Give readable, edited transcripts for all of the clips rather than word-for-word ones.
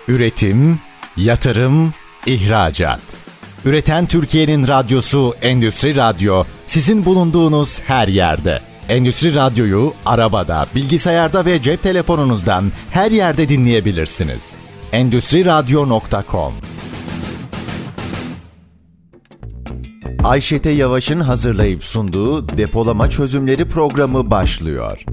Üretim, yatırım, ihracat. Üreten Türkiye'nin radyosu Endüstri Radyo, sizin bulunduğunuz her yerde. Endüstri Radyo'yu arabada, bilgisayarda ve cep telefonunuzdan her yerde dinleyebilirsiniz. Endüstriradyo.com. Ayşete Yavaş'ın hazırlayıp sunduğu Depolama Çözümleri programı başlıyor.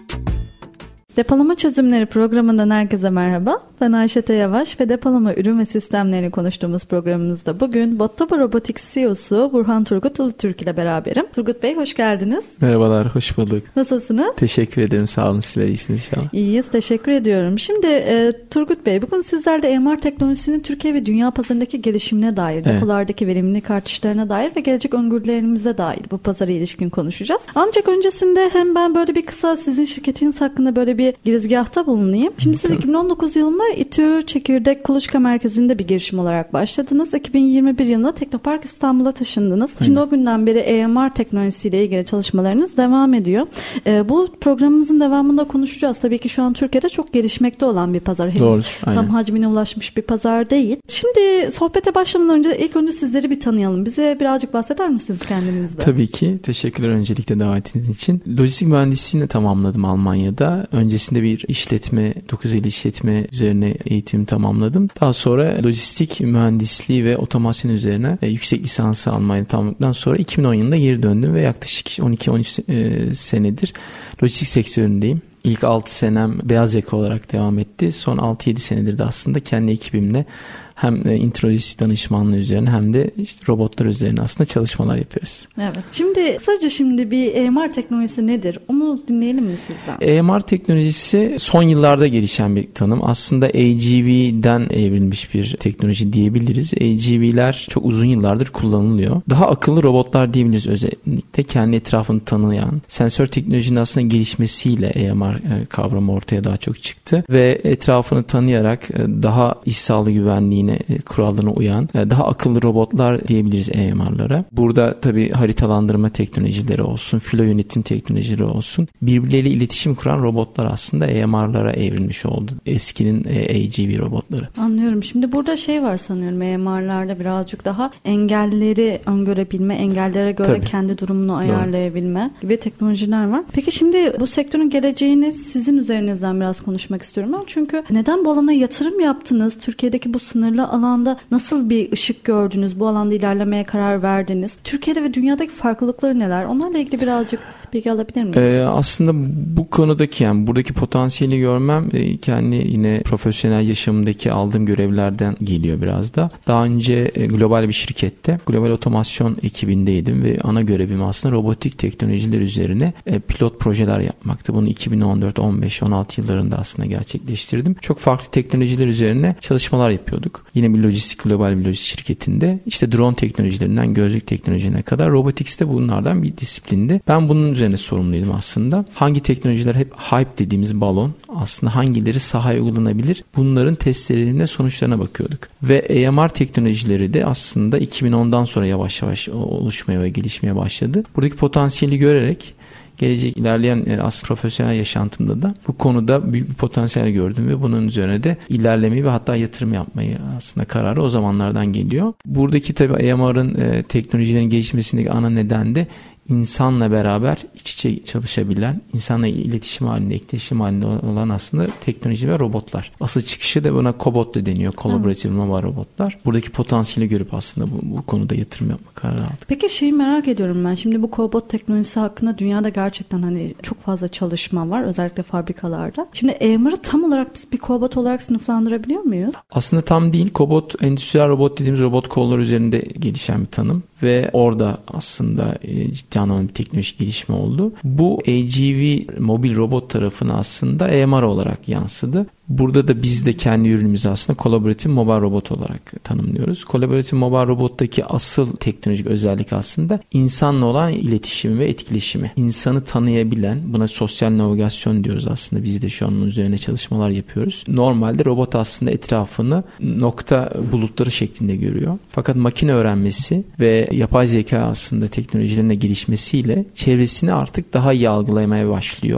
Depolama Çözümleri programından herkese merhaba. Ben Ayşete Yavaş ve depolama ürün ve sistemlerini konuştuğumuz programımızda bugün Bottoba Robotics CEO'su Burhan Turgut Ulutürk ile beraberim. Turgut Bey, hoş geldiniz. Merhabalar, hoş bulduk. Nasılsınız? Teşekkür ederim, sağ olun, sizler iyisiniz inşallah. İyiyiz, teşekkür ediyorum. Şimdi Turgut Bey, bugün sizlerle EMR teknolojisinin Türkiye ve dünya pazarındaki gelişimine dair, depolardaki verimlilik artışlarına dair ve gelecek öngörülerimize dair bu pazara ilişkin konuşacağız. Ancak öncesinde hem ben böyle bir kısa sizin şirketiniz hakkında böyle bir girizgahta bulunayım. Şimdi siz 2019 yılında İTÜ Çekirdek Kuluçka Merkezi'nde bir girişim olarak başladınız. 2021 yılında Teknopark İstanbul'a taşındınız. Şimdi o günden beri EMR teknolojisiyle ilgili çalışmalarınız devam ediyor. Bu programımızın devamında konuşacağız. Tabii ki şu an Türkiye'de çok gelişmekte olan bir pazar. Henüz tam hacmine ulaşmış bir pazar değil. Şimdi sohbete başlamadan önce ilk önce sizleri bir tanıyalım. Bize birazcık bahseder misiniz kendinizden? Tabii ki. Teşekkürler öncelikle davetiniz için. Lojistik mühendisliğini tamamladım Almanya'da. Öncesinde bir işletme, 950 işletme üzerine eğitim tamamladım. Daha sonra lojistik mühendisliği ve otomasyon üzerine yüksek lisansı Almanya'da tamamladıktan sonra 2010 yılında geri döndüm ve yaklaşık 12-13 senedir lojistik sektöründeyim. İlk 6 senem beyaz yaka olarak devam etti. Son 6-7 senedir de aslında kendi ekibimle hem introlojistik danışmanlığı üzerine hem de işte robotlar üzerine aslında çalışmalar yapıyoruz. Evet. Şimdi sadece bir EMR teknolojisi nedir? Onu dinleyelim mi sizden? EMR teknolojisi son yıllarda gelişen bir tanım. Aslında AGV'den evrilmiş bir teknoloji diyebiliriz. AGV'ler çok uzun yıllardır kullanılıyor. Daha akıllı robotlar diyebiliriz özellikle. Kendi etrafını tanıyan, sensör teknolojinin aslında gelişmesiyle EMR kavramı ortaya daha çok çıktı. Ve etrafını tanıyarak daha iş sağlığı güvenliğine kurallarına uyan daha akıllı robotlar diyebiliriz EMR'lara. Burada tabii haritalandırma teknolojileri olsun, filo yönetim teknolojileri olsun, birbirleriyle iletişim kuran robotlar aslında EMR'lara evrilmiş oldu. Eskinin AGV robotları. Anlıyorum. Şimdi burada var sanıyorum, EMR'larda birazcık daha engelleri öngörebilme, engellere göre kendi durumunu ayarlayabilme gibi teknolojiler var. Peki şimdi bu sektörün geleceğini sizin üzerinizden biraz konuşmak istiyorum ben. Çünkü neden bu alana yatırım yaptınız? Türkiye'deki bu sınırlı alanda nasıl bir ışık gördünüz? Bu alanda ilerlemeye karar verdiniz. Türkiye'de ve dünyadaki farklılıkları neler? Onlarla ilgili birazcık bilgi alabilir miyiz? Aslında bu konudaki buradaki potansiyeli görmem kendi yine profesyonel yaşamımdaki aldığım görevlerden geliyor biraz da. Daha önce global bir şirkette global otomasyon ekibindeydim ve ana görevim aslında robotik teknolojiler üzerine pilot projeler yapmaktı. Bunu 2014, 15, 16 yıllarında aslında gerçekleştirdim. Çok farklı teknolojiler üzerine çalışmalar yapıyorduk. Yine bir global bir lojistik şirketinde işte drone teknolojilerinden gözlük teknolojilerine kadar robotics de bunlardan bir disiplindi. Ben bunun üzerine sorumluydum aslında. Hangi teknolojiler hep hype dediğimiz balon, aslında hangileri sahaya uygulanabilir? Bunların testlerine, sonuçlarına bakıyorduk. Ve EMR teknolojileri de aslında 2010'dan sonra yavaş yavaş oluşmaya ve gelişmeye başladı. Buradaki potansiyeli görerek gelecek ilerleyen aslında profesyonel yaşantımda da bu konuda büyük bir potansiyel gördüm ve bunun üzerine de ilerlemeyi ve hatta yatırım yapmayı aslında kararı o zamanlardan geliyor. Buradaki tabii EMR'ın teknolojilerin gelişmesindeki ana neden de insanla beraber iç içe çalışabilen, insanla iletişim halinde, etkileşim halinde olan aslında teknoloji ve robotlar. Asıl çıkışı da buna cobot da deniyor. Collaborative mobile robotlar. Buradaki potansiyeli görüp aslında bu konuda yatırım yapma kararı aldık. Peki merak ediyorum ben. Şimdi bu cobot teknolojisi hakkında dünyada gerçekten çok fazla çalışma var. Özellikle fabrikalarda. Şimdi EMR'ı tam olarak biz bir cobot olarak sınıflandırabiliyor muyuz? Aslında tam değil. Cobot, endüstriyel robot dediğimiz robot kolları üzerinde gelişen bir tanım. Ve orada aslında ciddi anlamda bir teknolojik gelişme oldu. Bu AGV mobil robot tarafına aslında EMR olarak yansıdı. Burada da biz de kendi ürünümüzü aslında Collaborative Mobile Robot olarak tanımlıyoruz. Collaborative Mobile Robot'taki asıl teknolojik özellik aslında insanla olan iletişimi ve etkileşimi. İnsanı tanıyabilen, buna sosyal navigasyon diyoruz aslında. Biz de şu an onun üzerine çalışmalar yapıyoruz. Normalde robot aslında etrafını nokta bulutları şeklinde görüyor. Fakat makine öğrenmesi ve yapay zeka aslında teknolojilerine gelişmesiyle çevresini artık daha iyi algılamaya başlıyor.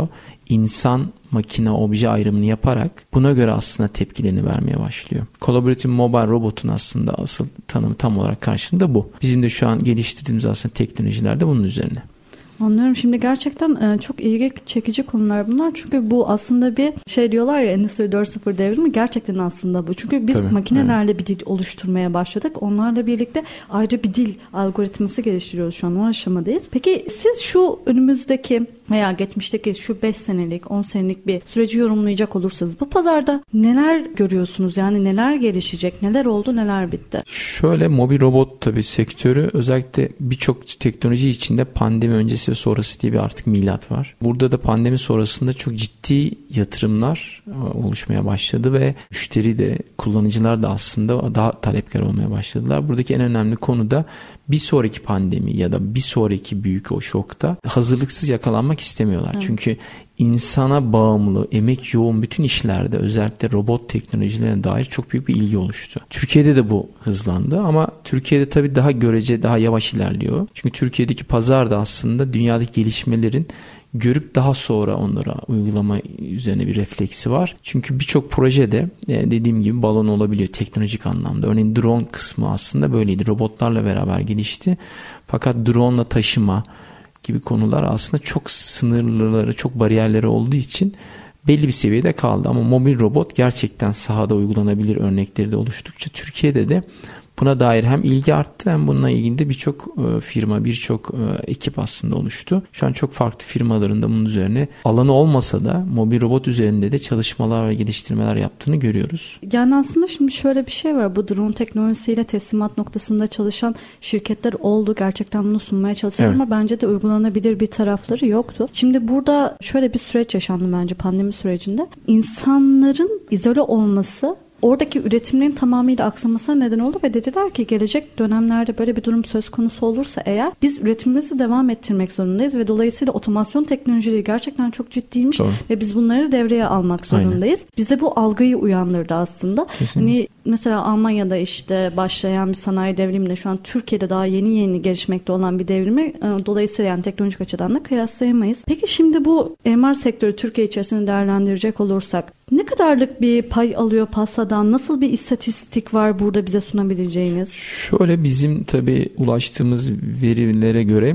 insan makine obje ayrımını yaparak buna göre aslında tepkilerini vermeye başlıyor. Collaborative Mobile Robot'un aslında asıl tanımı tam olarak karşılığında bu. Bizim de şu an geliştirdiğimiz aslında teknolojiler de bunun üzerine. Anlıyorum. Şimdi gerçekten çok ilgi çekici konular bunlar. Çünkü bu aslında bir şey diyorlar ya, Endüstri 4.0 devrimi gerçekten aslında bu. Çünkü biz makinelerle bir dil oluşturmaya başladık. Onlarla birlikte ayrı bir dil algoritması geliştiriyoruz, şu an o aşamadayız. Peki siz şu önümüzdeki veya geçmişteki şu 5 senelik 10 senelik bir süreci yorumlayacak olursanız bu pazarda neler görüyorsunuz? Yani neler gelişecek, neler oldu, neler bitti? Şöyle, mobil robot tabii sektörü özellikle birçok teknoloji içinde pandemi öncesi ve sonrası diye bir artık milat var. Burada da pandemi sonrasında çok ciddi yatırımlar oluşmaya başladı ve müşteri de kullanıcılar da aslında daha talepkar olmaya başladılar. Buradaki en önemli konu da bir sonraki pandemi ya da bir sonraki büyük o şokta hazırlıksız yakalanmak istemiyorlar. Evet. Çünkü insana bağımlı, emek yoğun bütün işlerde özellikle robot teknolojilerine dair çok büyük bir ilgi oluştu. Türkiye'de de bu hızlandı ama Türkiye'de tabii daha görece daha yavaş ilerliyor. Çünkü Türkiye'deki pazar da aslında dünyadaki gelişmelerin görüp daha sonra onlara uygulama üzerine bir refleksi var. Çünkü birçok projede dediğim gibi balon olabiliyor teknolojik anlamda. Örneğin drone kısmı aslında böyleydi. Robotlarla beraber gelişti. Fakat drone'la taşıma gibi konular aslında çok sınırlıları, çok bariyerleri olduğu için belli bir seviyede kaldı. Ama mobil robot gerçekten sahada uygulanabilir örnekleri de oluştukça Türkiye'de de buna dair hem ilgi arttı hem bununla ilgili de birçok firma, birçok ekip aslında oluştu. Şu an çok farklı firmaların da bunun üzerine alanı olmasa da mobil robot üzerinde de çalışmalar ve geliştirmeler yaptığını görüyoruz. Yani aslında şimdi şöyle bir şey var. Bu drone teknolojisiyle teslimat noktasında çalışan şirketler oldu. Gerçekten bunu sunmaya çalışan, evet, ama bence de uygulanabilir bir tarafları yoktu. Şimdi burada şöyle bir süreç yaşandı bence pandemi sürecinde. İnsanların izole olması oradaki üretimlerin tamamıyla aksamasına neden oldu ve dediler ki gelecek dönemlerde böyle bir durum söz konusu olursa eğer biz üretimimizi devam ettirmek zorundayız ve dolayısıyla otomasyon teknolojileri gerçekten çok ciddiymiş. Doğru. Ve biz bunları devreye almak zorundayız. Aynen. Bize bu algıyı uyandırdı aslında. Hani mesela Almanya'da işte başlayan bir sanayi devrimle şu an Türkiye'de daha yeni gelişmekte olan bir devrimi dolayısıyla yani teknolojik açıdan da kıyaslayamayız. Peki şimdi bu MR sektörü Türkiye içerisinde değerlendirecek olursak ne kadarlık bir pay alıyor pasadan? Nasıl bir istatistik var burada bize sunabileceğiniz? Şöyle, bizim tabii ulaştığımız verilere göre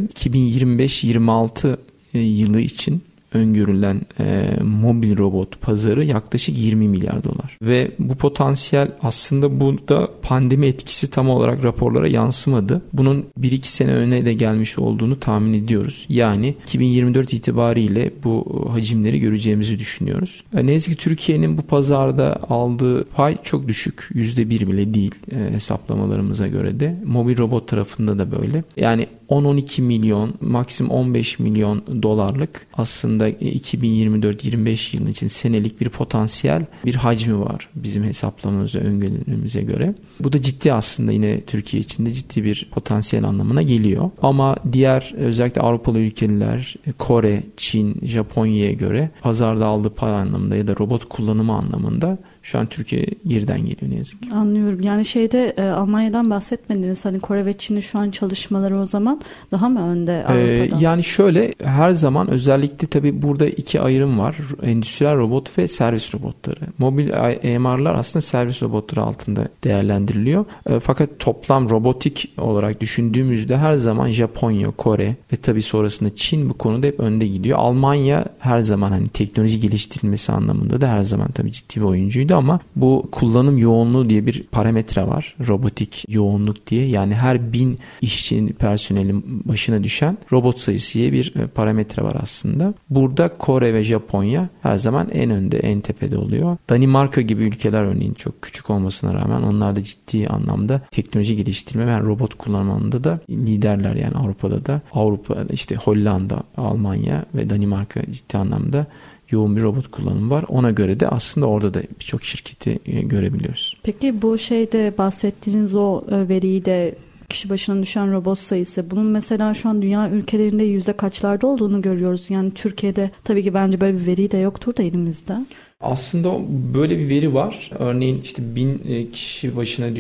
2025-26 yılı için öngörülen mobil robot pazarı yaklaşık 20 milyar dolar. Ve bu potansiyel aslında burada pandemi etkisi tam olarak raporlara yansımadı. Bunun 1-2 sene öne de gelmiş olduğunu tahmin ediyoruz. Yani 2024 itibariyle bu hacimleri göreceğimizi düşünüyoruz. Ne yazık ki Türkiye'nin bu pazarda aldığı pay çok düşük. %1 bile değil hesaplamalarımıza göre de. Mobil robot tarafında da böyle. Yani 10-12 milyon, maksimum 15 milyon dolarlık aslında 2024-25 yılı için senelik bir potansiyel bir hacmi var bizim hesaplamamıza, öngörülerimize göre. Bu da ciddi aslında, yine Türkiye için de ciddi bir potansiyel anlamına geliyor. Ama diğer özellikle Avrupalı ülkeler, Kore, Çin, Japonya'ya göre pazarda aldığı pay anlamında ya da robot kullanımı anlamında şu an Türkiye geriden geliyor ne yazık ki. Anlıyorum. Yani Almanya'dan bahsetmediniz. Hani Kore ve Çin'in şu an çalışmaları o zaman daha mı önde Avrupa'dan? Yani şöyle, her zaman özellikle tabii burada iki ayrım var. Endüstriyel robot ve servis robotları. Mobil AMR'lar aslında servis robotları altında değerlendiriliyor. Fakat toplam robotik olarak düşündüğümüzde her zaman Japonya, Kore ve tabii sonrasında Çin bu konuda hep önde gidiyor. Almanya her zaman hani teknoloji geliştirilmesi anlamında da her zaman tabii ciddi bir oyuncuydu. Ama bu kullanım yoğunluğu diye bir parametre var. Robotik yoğunluk diye. Yani her 1000 işçinin, personelin başına düşen robot sayısı diye bir parametre var aslında. Burada Kore ve Japonya her zaman en önde, en tepede oluyor. Danimarka gibi ülkeler örneğin çok küçük olmasına rağmen onlar da ciddi anlamda teknoloji geliştirme ve robot kullanımında da liderler, yani Avrupa'da da. İşte Hollanda, Almanya ve Danimarka ciddi anlamda yoğun bir robot kullanımı var. Ona göre de aslında orada da birçok şirketi görebiliyoruz. Peki bu bahsettiğiniz o veriyi de kişi başına düşen robot sayısı, bunun mesela şu an dünya ülkelerinde yüzde kaçlarda olduğunu görüyoruz. Yani Türkiye'de tabii ki bence böyle bir veri de yoktur da elimizde. Aslında böyle bir veri var. Örneğin işte 1000 kişi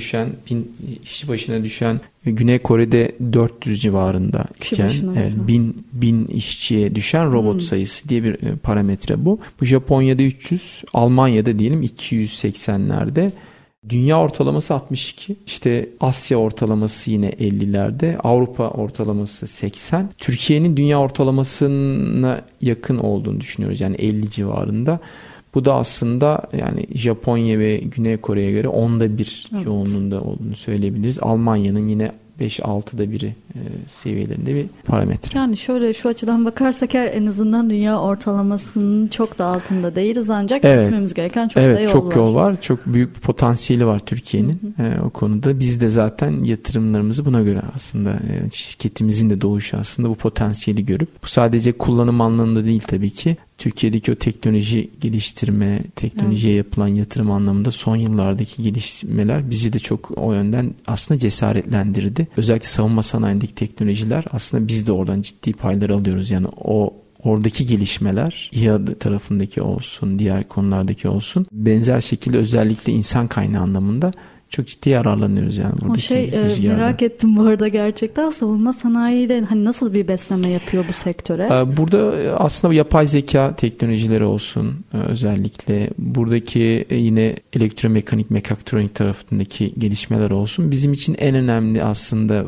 başına düşen Güney Kore'de 400 civarında iken 1000 işçiye düşen robot sayısı diye bir parametre bu. Bu Japonya'da 300, Almanya'da diyelim 280'lerde. Dünya ortalaması 62. İşte Asya ortalaması yine 50'lerde. Avrupa ortalaması 80. Türkiye'nin dünya ortalamasına yakın olduğunu düşünüyoruz. Yani 50 civarında. Bu da aslında yani Japonya ve Güney Kore'ye göre 1/10 yoğunluğunda olduğunu söyleyebiliriz. Almanya'nın yine 5-6'da biri seviyelerinde bir parametre. Yani şöyle şu açıdan bakarsak en azından dünya ortalamasının çok da altında değiliz ancak gitmemiz gereken çok da yol var. Evet, çok yol var. Çok büyük bir potansiyeli var Türkiye'nin o konuda. Biz de zaten yatırımlarımızı buna göre aslında şirketimizin de doğuşu aslında bu potansiyeli görüp bu sadece kullanım anlamında değil tabii ki. Türkiye'deki o teknoloji geliştirme, teknolojiye yapılan yatırım anlamında son yıllardaki gelişmeler bizi de çok o yönden aslında cesaretlendirdi. Özellikle savunma sanayindeki teknolojiler aslında biz de oradan ciddi paylar alıyoruz. Yani oradaki gelişmeler İHA tarafındaki olsun, diğer konulardaki olsun benzer şekilde özellikle insan kaynağı anlamında çok ciddi yararlanıyoruz yani buradaki rüzgarda. Merak ettim bu arada gerçekten savunma sanayiyle hani nasıl bir besleme yapıyor bu sektöre? Burada aslında yapay zeka teknolojileri olsun özellikle buradaki yine elektromekanik mekatronik tarafındaki gelişmeler olsun bizim için en önemli aslında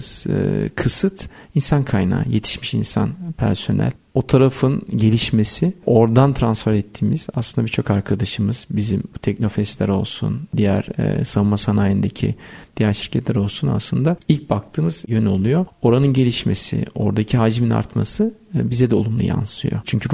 kısıt insan kaynağı, yetişmiş insan, personel. O tarafın gelişmesi, oradan transfer ettiğimiz aslında birçok arkadaşımız bizim Teknofestler olsun, diğer savunma sanayindeki diğer şirketler olsun aslında ilk baktığımız yön oluyor. Oranın gelişmesi, oradaki hacmin artması bize de olumlu yansıyor. Çünkü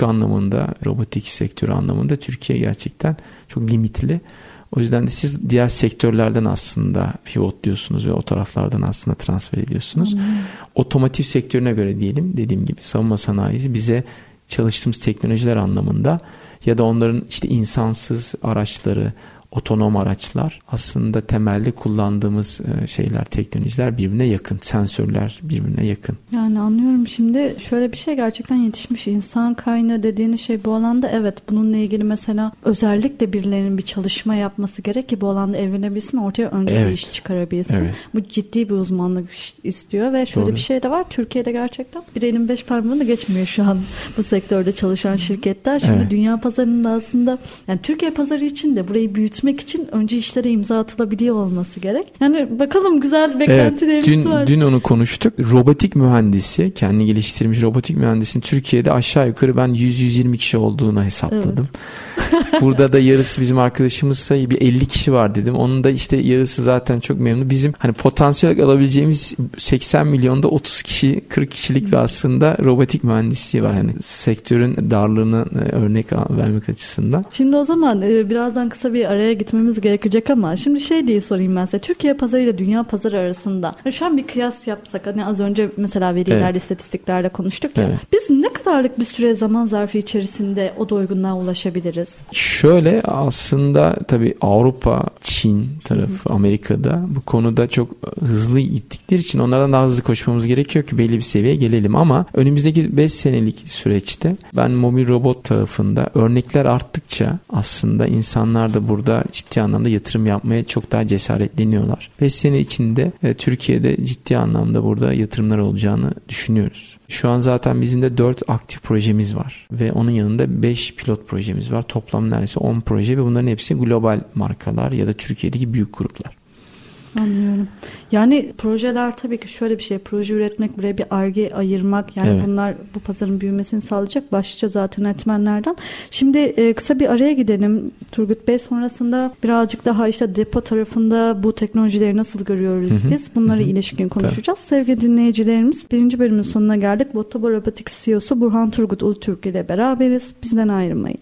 robotik sektörü anlamında Türkiye gerçekten çok limitli. O yüzden de siz diğer sektörlerden aslında pivotluyorsunuz ve o taraflardan aslında transfer ediyorsunuz. Otomotiv sektörüne göre diyelim dediğim gibi savunma sanayisi bize çalıştığımız teknolojiler anlamında ya da onların işte insansız araçları, otonom araçlar aslında temelde kullandığımız teknolojiler birbirine yakın. Sensörler birbirine yakın. Yani anlıyorum şimdi şöyle bir şey gerçekten yetişmiş insan kaynağı dediğiniz şey bu alanda evet bununla ilgili mesela özellikle birilerinin bir çalışma yapması gerek ki bu alanda evlenebilsin ortaya önce bir iş çıkarabilsin. Evet. Bu ciddi bir uzmanlık istiyor ve şöyle bir şey de var Türkiye'de gerçekten bir elin 5 parmağını geçmiyor şu an bu sektörde çalışan şirketler. Şimdi dünya pazarında aslında yani Türkiye pazarı için de burayı büyütmek için önce işlere imza atılabiliyor olması gerek. Yani bakalım güzel beklentilerimiz var. Dün onu konuştuk. Robotik mühendisi, kendi geliştirmiş robotik mühendisinin Türkiye'de aşağı yukarı ben 100-120 kişi olduğunu hesapladım. Evet. Burada da yarısı bizim arkadaşımızsa bir 50 kişi var dedim. Onun da işte yarısı zaten çok memnun. Bizim hani potansiyel alabileceğimiz 80 milyonda 30 kişi, 40 kişilik bir aslında robotik mühendisliği var. Hani sektörün darlığını örnek vermek açısından. Şimdi o zaman birazdan kısa bir araya gitmemiz gerekecek ama şimdi diye sorayım ben size. Türkiye pazarı ile dünya pazarı arasında şu an bir kıyas yapsak hani az önce mesela verilerle, istatistiklerle konuştuk ya. Evet. Biz ne kadarlık bir süre zaman zarfı içerisinde o doygunluğa ulaşabiliriz? Şöyle aslında tabii Avrupa, Çin tarafı, Amerika'da bu konuda çok hızlı gittikleri için onlardan daha hızlı koşmamız gerekiyor ki belli bir seviyeye gelelim ama önümüzdeki 5 senelik süreçte ben mobil robot tarafında örnekler arttıkça aslında insanlar da burada ciddi anlamda yatırım yapmaya çok daha cesaretleniyorlar. 5 sene içinde Türkiye'de ciddi anlamda burada yatırımlar olacağını düşünüyoruz. Şu an zaten bizim de 4 aktif projemiz var ve onun yanında 5 pilot projemiz var. Toplam neredeyse 10 proje ve bunların hepsi global markalar ya da Türkiye'deki büyük gruplar. Anlıyorum. Yani projeler tabii ki şöyle bir şey. Proje üretmek, buraya bir Ar-Ge ayırmak. Yani bunlar bu pazarın büyümesini sağlayacak başlıca zaten etmenlerden. Şimdi kısa bir araya gidelim Turgut Bey. Sonrasında birazcık daha işte depo tarafında bu teknolojileri nasıl görüyoruz biz? Bunlara ilişkin konuşacağız. Sevgili dinleyicilerimiz 1. bölümün sonuna geldik. Votobo Robotics CEO'su Burhan Turgut Ulutürk ile beraberiz. Bizden ayrılmayın.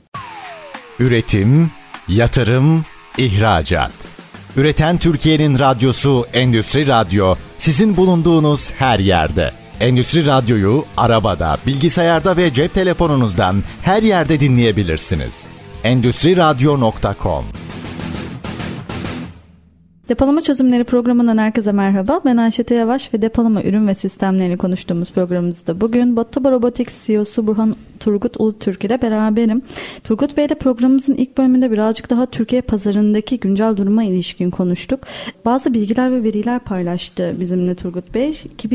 Üretim, yatırım, ihracat. Üreten Türkiye'nin radyosu Endüstri Radyo, sizin bulunduğunuz her yerde. Endüstri Radyo'yu arabada, bilgisayarda ve cep telefonunuzdan her yerde dinleyebilirsiniz. Endüstriradyo.com. Depolama Çözümleri programından herkese merhaba. Ben Ayşe Yavaş ve depolama ürün ve sistemlerini konuştuğumuz programımızda bugün Bottaba Robotics CEO'su Burhan Turgut Ulutürk ile beraberim. Turgut Bey ile programımızın ilk bölümünde birazcık daha Türkiye pazarındaki güncel duruma ilişkin konuştuk. Bazı bilgiler ve veriler paylaştı bizimle Turgut Bey.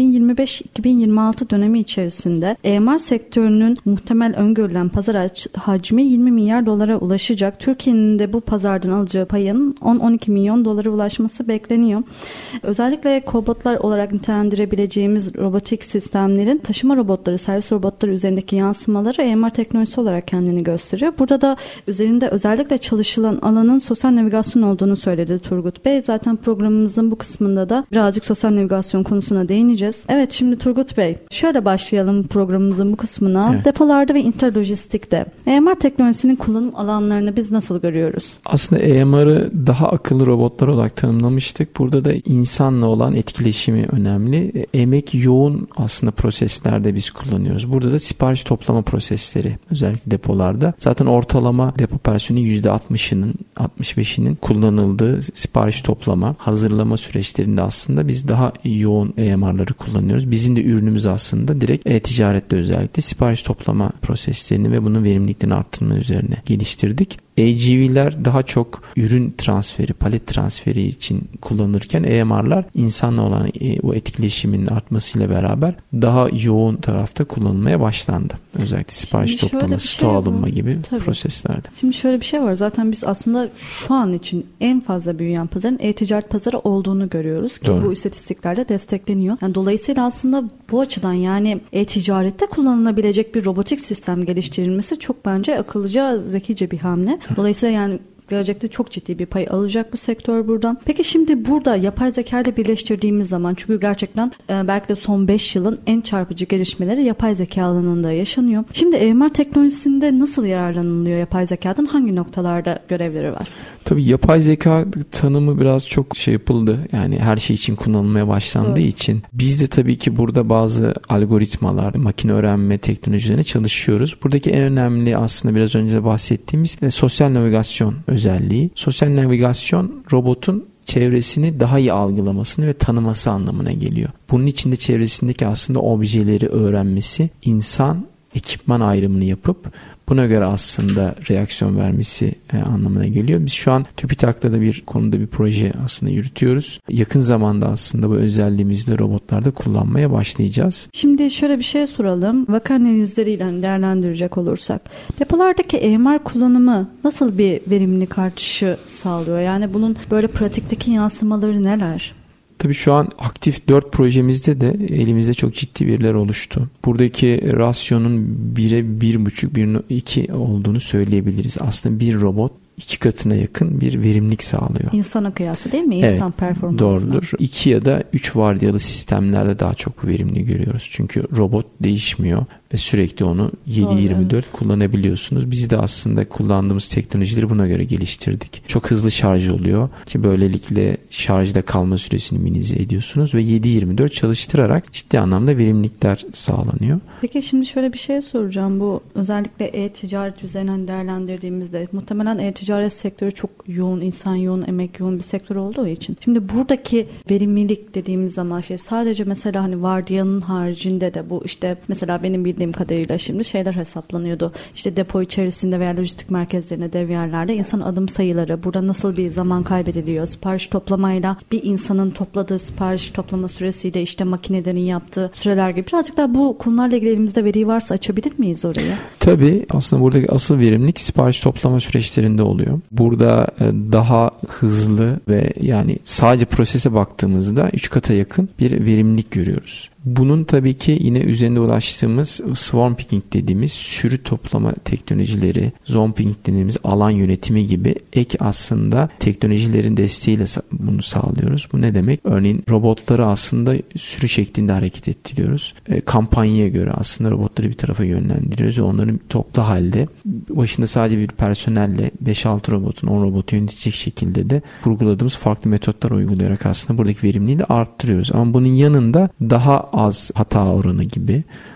2025-2026 dönemi içerisinde EMR sektörünün muhtemel öngörülen pazar hacmi 20 milyar dolara ulaşacak. Türkiye'nin de bu pazardan alacağı payın 10-12 milyon dolara ulaşması bekleniyor. Özellikle kobotlar olarak nitelendirebileceğimiz robotik sistemlerin taşıma robotları, servis robotları üzerindeki yansımaları EMR teknolojisi olarak kendini gösteriyor. Burada da üzerinde özellikle çalışılan alanın sosyal navigasyon olduğunu söyledi Turgut Bey. Zaten programımızın bu kısmında da birazcık sosyal navigasyon konusuna değineceğiz. Evet, şimdi Turgut Bey, şöyle başlayalım programımızın bu kısmına. Evet. Depolarda ve interlojistikte EMR teknolojisinin kullanım alanlarını biz nasıl görüyoruz? Aslında EMR'ı daha akıllı robotlar olarak tanımlamıştık. Burada da insanla olan etkileşimi önemli. Emek yoğun aslında proseslerde biz kullanıyoruz. Burada da sipariş toplama prosesleri özellikle depolarda. Zaten ortalama depo personeli %60'ının 65'inin kullanıldığı sipariş toplama, hazırlama süreçlerinde aslında biz daha yoğun EMR'ları kullanıyoruz. Bizim de ürünümüz aslında direkt ticarette özellikle sipariş toplama proseslerini ve bunun verimliliklerini arttırma üzerine geliştirdik. AGV'ler daha çok ürün transferi, palet transferi için kullanılırken EMR'lar insanla olan o etkileşimin artmasıyla beraber daha yoğun tarafta kullanılmaya başlandı. Özellikle sipariş toplama, stoğ alınma gibi proseslerde. Şimdi şöyle bir şey var. Zaten biz aslında şu an için en fazla büyüyen pazarın e-ticaret pazarı olduğunu görüyoruz ki bu istatistiklerle destekleniyor. Yani dolayısıyla aslında bu açıdan yani e-ticarette kullanılabilecek bir robotik sistem geliştirilmesi çok bence akıllıca, zekice bir hamle. Dolayısıyla yani gelecekte çok ciddi bir pay alacak bu sektör buradan. Peki şimdi burada yapay zeka ile birleştirdiğimiz zaman, çünkü gerçekten belki de son 5 yılın en çarpıcı gelişmeleri yapay zeka alanında yaşanıyor. Şimdi EMR teknolojisinde nasıl yararlanılıyor yapay zekadan? Hangi noktalarda görevleri var? Tabii yapay zeka tanımı biraz çok yapıldı. Yani her şey için kullanılmaya başlandığı için biz de tabii ki burada bazı algoritmalar, makine öğrenme teknolojilerine çalışıyoruz. Buradaki en önemli aslında biraz önce bahsettiğimiz sosyal navigasyon özelliği. Sosyal navigasyon robotun çevresini daha iyi algılamasını ve tanıması anlamına geliyor. Bunun için de çevresindeki aslında objeleri öğrenmesi, insan ekipman ayrımını yapıp buna göre aslında reaksiyon vermesi anlamına geliyor. Biz şu an TÜBİTAK'ta da bir konuda bir proje aslında yürütüyoruz. Yakın zamanda aslında bu özelliğimizi de robotlarda kullanmaya başlayacağız. Şimdi şöyle bir şey soralım. Vaka analizleriyle değerlendirecek olursak, depolardaki EMR kullanımı nasıl bir verimlilik artışı sağlıyor? Yani bunun böyle pratikteki yansımaları neler? Tabii şu an aktif 4 projemizde de elimizde çok ciddi veriler oluştu. Buradaki rasyonun 1'e 1,5, 1,2 olduğunu söyleyebiliriz. Aslında bir robot 2 katına yakın bir verimlilik sağlıyor. İnsana kıyası değil mi? İnsan performansına. Doğrudur. 2 ya da 3 vardiyalı sistemlerde daha çok bu verimliliği görüyoruz. Çünkü robot değişmiyor ve sürekli onu 7/24 kullanabiliyorsunuz. Biz de aslında kullandığımız teknolojileri buna göre geliştirdik. Çok hızlı şarj oluyor ki böylelikle şarjda kalma süresini minimize ediyorsunuz ve 7/24 çalıştırarak ciddi anlamda verimlilikler sağlanıyor. Peki şimdi şöyle bir şey soracağım. Bu özellikle e-ticaret üzerinden değerlendirdiğimizde muhtemelen e-ticaret sektörü çok yoğun, insan yoğun, emek yoğun bir sektör olduğu için. Şimdi buradaki verimlilik dediğimiz zaman sadece mesela hani vardiyanın haricinde de bu mesela benim bildiğim kadarıyla şimdi şeyler hesaplanıyordu. Depo içerisinde veya lojistik merkezlerinde, dev yerlerde insan adım sayıları, burada nasıl bir zaman kaybediliyor, sipariş toplamayla bir insanın topladığı sipariş toplama süresiyle makinelerin yaptığı süreler gibi birazcık daha bu konularla ilgili elimizde veri varsa açabilir miyiz orayı? Tabii aslında buradaki asıl verimlilik sipariş toplama süreçlerinde oluyor. Burada daha hızlı ve yani sadece prosese baktığımızda 3 kata yakın bir verimlilik görüyoruz. Bunun tabii ki yine üzerinde ulaştığımız swarm picking dediğimiz sürü toplama teknolojileri, zone picking dediğimiz alan yönetimi gibi ek aslında teknolojilerin desteğiyle bunu sağlıyoruz. Bu ne demek? Örneğin robotları aslında sürü şeklinde hareket ettiriyoruz. Kampanyaya göre aslında robotları bir tarafa yönlendiriyoruz ve onların toplu halde başında sadece bir personelle 5-6 robotun 10 robotu yönetecek şekilde de kurguladığımız farklı metotlar uygulayarak aslında buradaki verimliliği de arttırıyoruz. Ama bunun yanında daha az hata oranı gibi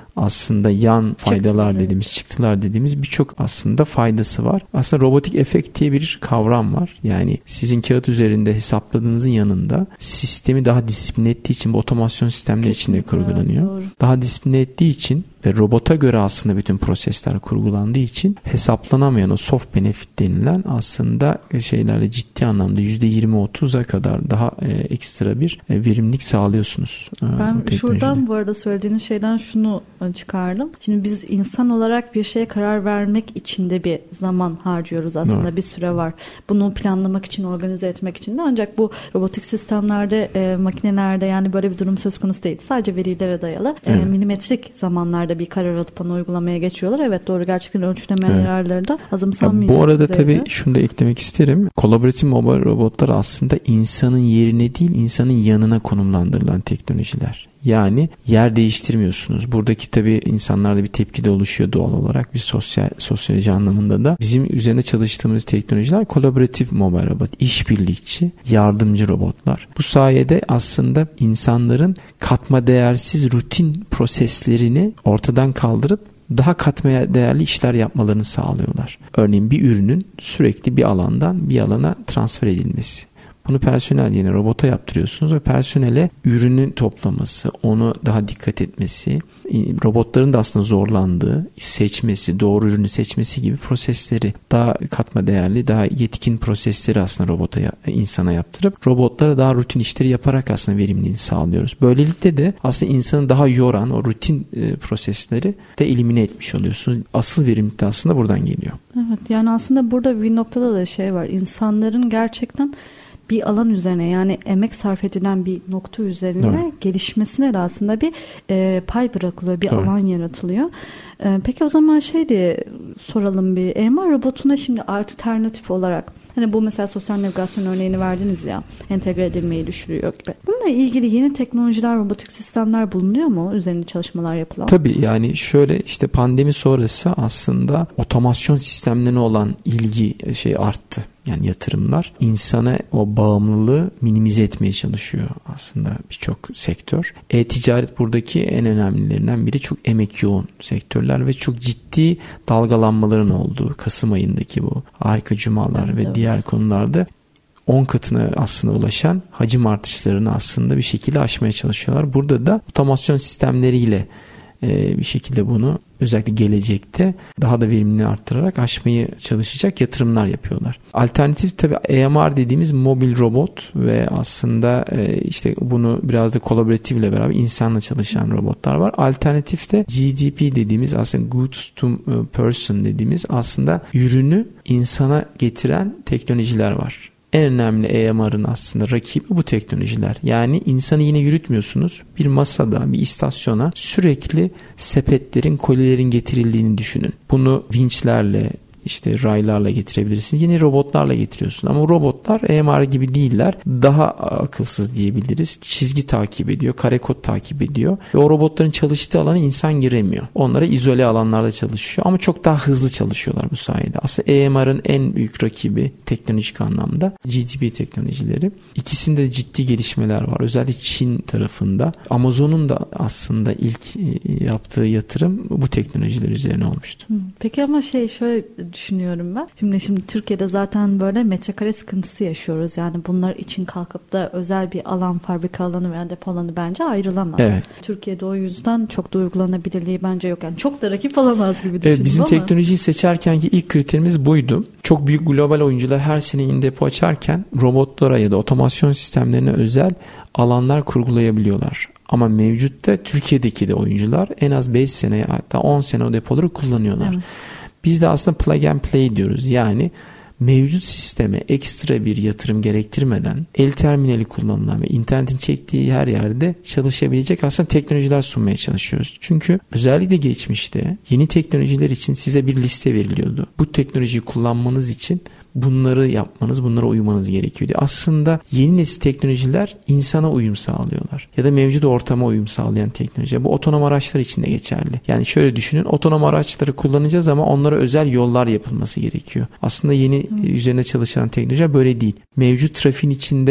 aslında yan faydalar dediğimiz, çıktılar dediğimiz birçok aslında faydası var. Aslında robotik efekt diye bir kavram var. Yani sizin kağıt üzerinde hesapladığınızın yanında sistemi daha disipline ettiği için bu otomasyon sistemleri içinde kurgulanıyor. Daha disipline ettiği için ve robota göre aslında bütün prosesler kurgulandığı için hesaplanamayan o soft benefit denilen aslında şeylerle ciddi anlamda %20-30'a kadar daha ekstra bir verimlilik sağlıyorsunuz. Ben şuradan bu arada söylediğiniz şeyden şunu çıkardım. Şimdi biz insan olarak bir şeye karar vermek için de bir zaman harcıyoruz aslında. Evet. Bir süre var. Bunu planlamak için, organize etmek için de, ancak bu robotik sistemlerde, makinelerde yani böyle bir durum söz konusu değil. Sadece verilere dayalı. Evet. Milimetrik zamanlarda bir karar alıp onu uygulamaya geçiyorlar. Evet, doğru, gerçekten ölçülemelerleri de azımsanmayacak. Bu arada tabii şunu da eklemek isterim. Kolaboratif mobil robotlar aslında insanın yerine değil, insanın yanına konumlandırılan teknolojiler. Yani yer değiştirmiyorsunuz. Buradaki tabii insanlarda bir tepki de oluşuyor doğal olarak, bir sosyoloji anlamında da. Bizim üzerinde çalıştığımız teknolojiler kolaboratif mobil robot, işbirlikçi, yardımcı robotlar. Bu sayede aslında insanların katma değersiz rutin proseslerini ortadan kaldırıp daha katma değerli işler yapmalarını sağlıyorlar. Örneğin bir ürünün sürekli bir alandan bir alana transfer edilmesi. Bunu personel yerine robota yaptırıyorsunuz ve personele ürünün toplaması, onu daha dikkat etmesi, robotların da aslında zorlandığı, seçmesi, doğru ürünü seçmesi gibi prosesleri, daha katma değerli, daha yetkin prosesleri aslında insana yaptırıp robotlara daha rutin işleri yaparak aslında verimliliğini sağlıyoruz. Böylelikle de aslında insanı daha yoran o rutin prosesleri de elimine etmiş oluyorsunuz. Asıl verimlilik de aslında buradan geliyor. Evet, yani aslında burada bir noktada da şey var. İnsanların gerçekten bir alan üzerine, yani emek sarf edilen bir nokta üzerine gelişmesine de aslında bir pay bırakılıyor, bir alan yaratılıyor. Peki o zaman diye soralım, bir EMR robotuna şimdi alternatif olarak, hani bu mesela sosyal navigasyon örneğini verdiniz ya, entegre edilmeyi düşünüyor gibi. Bununla ilgili yeni teknolojiler, robotik sistemler bulunuyor mu? Üzerinde çalışmalar yapılan. Tabii, yani şöyle işte pandemi sonrası aslında otomasyon sistemlerine olan ilgi arttı. Yani yatırımlar insana o bağımlılığı minimize etmeye çalışıyor aslında birçok sektör. E-ticaret buradaki en önemlilerinden biri. Çok emek yoğun sektörler ve çok ciddi dalgalanmaların olduğu, Kasım ayındaki bu harika cumalar ve diğer konularda 10 katına aslında ulaşan hacim artışlarını aslında bir şekilde aşmaya çalışıyorlar. Burada da otomasyon sistemleriyle bir şekilde bunu özellikle gelecekte daha da verimliliğini arttırarak aşmayı çalışacak yatırımlar yapıyorlar. Alternatif tabii EMR dediğimiz mobil robot ve aslında işte bunu biraz da kolaboratifle beraber insanla çalışan robotlar var. Alternatif de GDP dediğimiz, aslında goods to person dediğimiz, aslında ürünü insana getiren teknolojiler var. En önemli EMR'ın aslında rakibi bu teknolojiler. Yani insanı yine yürütmüyorsunuz. Bir masada, bir istasyona sürekli sepetlerin, kolilerin getirildiğini düşünün. Bunu vinçlerle, işte raylarla getirebilirsiniz. Yeni robotlarla getiriyorsun. Ama robotlar EMR gibi değiller. Daha akılsız diyebiliriz. Çizgi takip ediyor, kare kod takip ediyor. Ve o robotların çalıştığı alana insan giremiyor. Onlara izole alanlarda çalışıyor. Ama çok daha hızlı çalışıyorlar bu sayede. Aslında EMR'ın en büyük rakibi teknolojik anlamda GDP teknolojileri. İkisinde de ciddi gelişmeler var. Özellikle Çin tarafında. Amazon'un da aslında ilk yaptığı yatırım bu teknolojiler üzerine olmuştu. Peki ama şöyle düşünüyorum ben. Şimdi Türkiye'de zaten böyle metrekare sıkıntısı yaşıyoruz. Yani bunlar için kalkıp da özel bir alan, fabrika alanı veya depo alanı bence ayrılamaz. Evet. Türkiye'de o yüzden çok da uygulanabilirliği bence yok. Yani çok da rakip alamaz gibi düşündüm bizim ama. teknolojiyi seçerkenki ilk kriterimiz buydu. Çok büyük global oyuncular her sene yeni depo açarken robotlara ya da otomasyon sistemlerine özel alanlar kurgulayabiliyorlar. Ama mevcutta Türkiye'deki de oyuncular en az 5 sene hatta 10 sene o depoları kullanıyorlar. Evet. Biz de aslında plug and play diyoruz. Yani mevcut sisteme ekstra bir yatırım gerektirmeden el terminali kullanılan ve internetin çektiği her yerde çalışabilecek aslında teknolojiler sunmaya çalışıyoruz. Çünkü özellikle geçmişte yeni teknolojiler için size bir liste veriliyordu. Bu teknolojiyi kullanmanız için bunları yapmanız, bunlara uymanız gerekiyordu. Aslında yeni nesil teknolojiler insana uyum sağlıyorlar. Ya da mevcut ortama uyum sağlayan teknoloji. Bu otonom araçlar için de geçerli. Yani şöyle düşünün, otonom araçları kullanacağız ama onlara özel yollar yapılması gerekiyor. Aslında yeni üzerine çalışan teknolojiler böyle değil. Mevcut trafiğin içinde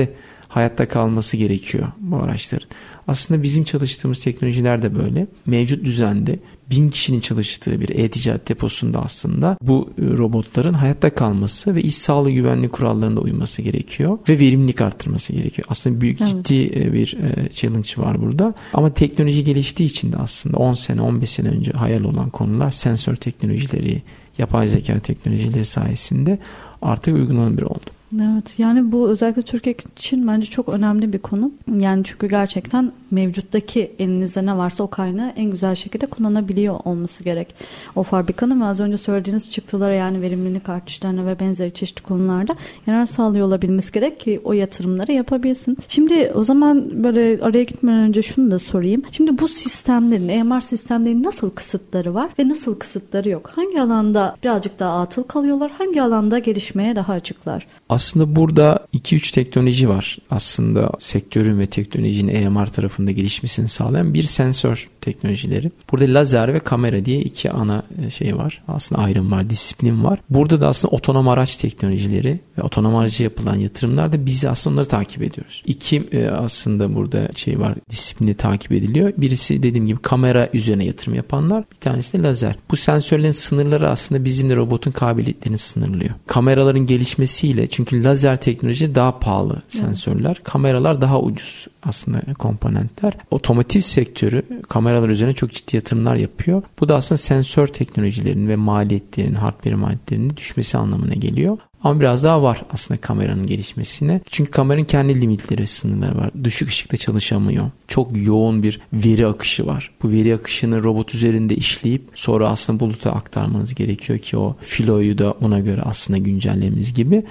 hayatta kalması gerekiyor bu araçların. Aslında bizim çalıştığımız teknolojiler de böyle. Mevcut düzende 1000 kişinin çalıştığı bir e-ticaret deposunda aslında bu robotların hayatta kalması ve iş sağlığı güvenliği kurallarına uyması gerekiyor ve verimlilik arttırması gerekiyor. Aslında büyük ciddi bir challenge var burada. Ama teknoloji geliştiği için de aslında 10 sene 15 sene önce hayal olan konular sensör teknolojileri, yapay zeka teknolojileri sayesinde artık uygulanabilir oldu. Evet, yani bu özellikle Türkiye için bence çok önemli bir konu. Yani çünkü gerçekten mevcuttaki elinizde ne varsa o kaynağı en güzel şekilde kullanabiliyor olması gerek. O fabrikanın ve az önce söylediğiniz çıktılara, yani verimlilik artışlarına ve benzeri çeşitli konularda yarar sağlıyor olabilmesi gerek ki o yatırımları yapabilsin. Şimdi o zaman böyle araya gitmeden önce şunu da sorayım. Şimdi bu sistemlerin, EMR sistemlerinin nasıl kısıtları var ve nasıl kısıtları yok? Hangi alanda birazcık daha atıl kalıyorlar? Hangi alanda gelişmeye daha açıklar? Aslında burada 2-3 teknoloji var. Aslında sektörün ve teknolojinin EMR tarafında gelişmesini sağlayan bir sensör teknolojileri. Burada lazer ve kamera diye iki ana şey var. Aslında ayrım var, disiplin var. Burada da aslında otonom araç teknolojileri ve otonom araca yapılan yatırımlar da biz aslında onları takip ediyoruz. İki aslında burada şey var, disiplini takip ediliyor. Birisi dediğim gibi kamera üzerine yatırım yapanlar, bir tanesi de lazer. Bu sensörlerin sınırları aslında bizimle robotun kabiliyetlerini sınırlıyor. Kameraların gelişmesiyle, çünkü lazer teknoloji daha pahalı sensörler. Kameralar daha ucuz aslında komponentler. Otomotiv sektörü kameralar üzerine çok ciddi yatırımlar yapıyor. Bu da aslında sensör teknolojilerinin ve maliyetlerinin, hardware maliyetlerinin düşmesi anlamına geliyor. Ama biraz daha var aslında kameranın gelişmesine. Çünkü kameranın kendi limitleri, sınırları var. Düşük ışıkta çalışamıyor. Çok yoğun bir veri akışı var. Bu veri akışını robot üzerinde işleyip sonra aslında buluta aktarmanız gerekiyor ki o filoyu da ona göre aslında güncellemeniz gibi.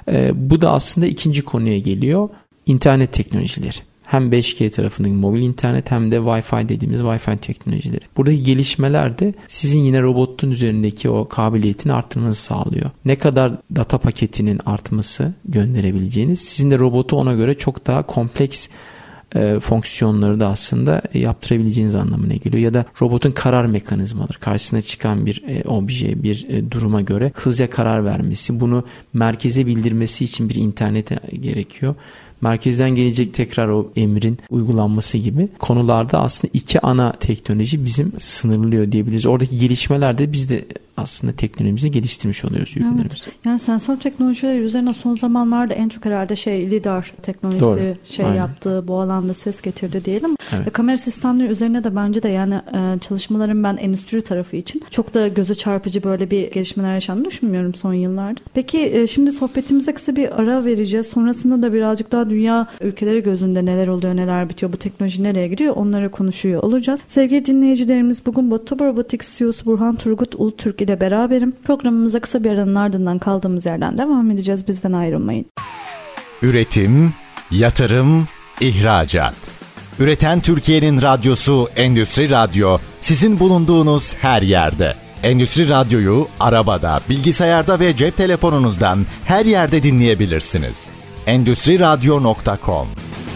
Bu da aslında ikinci konuya geliyor. İnternet teknolojileri. Hem 5G tarafındaki mobil internet hem de Wi-Fi dediğimiz Wi-Fi teknolojileri. Buradaki gelişmeler de sizin yine robotun üzerindeki o kabiliyetini arttırmanızı sağlıyor. Ne kadar data paketinin artması gönderebileceğiniz, sizin de robotu ona göre çok daha kompleks fonksiyonları da aslında yaptırabileceğiniz anlamına geliyor. Ya da robotun karar mekanizmaları, karşısına çıkan bir obje, bir duruma göre hızlıca karar vermesi, bunu merkeze bildirmesi için bir internete gerekiyor. Merkezden gelecek tekrar o emrin uygulanması gibi konularda aslında iki ana teknoloji bizim sınırlıyor diyebiliriz. Oradaki gelişmelerde biz de aslında teknolojimizi geliştirmiş oluyoruz. Evet. Yani sensör teknolojileri üzerine son zamanlarda en çok herhalde lidar teknolojisi yaptı, bu alanda ses getirdi diyelim. Evet. Ve kamera sistemleri üzerine de bence de yani çalışmaların ben endüstri tarafı için çok da göze çarpıcı böyle bir gelişmeler yaşandığını düşünmüyorum son yıllarda. Peki şimdi sohbetimize kısa bir ara vereceğiz. Sonrasında da birazcık daha dünya ülkeleri gözünde neler oluyor, neler bitiyor, bu teknoloji nereye gidiyor, onları konuşuyor olacağız. Sevgili dinleyicilerimiz, bugün Botoba Robotics CEO'su Burhan Turgut Ulutürk ile beraberim. Programımıza kısa bir aranın ardından kaldığımız yerden devam edeceğiz. Bizden ayrılmayın. Üretim, yatırım, ihracat. Üreten Türkiye'nin radyosu Endüstri Radyo, sizin bulunduğunuz her yerde. Endüstri Radyo'yu arabada, bilgisayarda ve cep telefonunuzdan her yerde dinleyebilirsiniz. Endüstriradyo.com.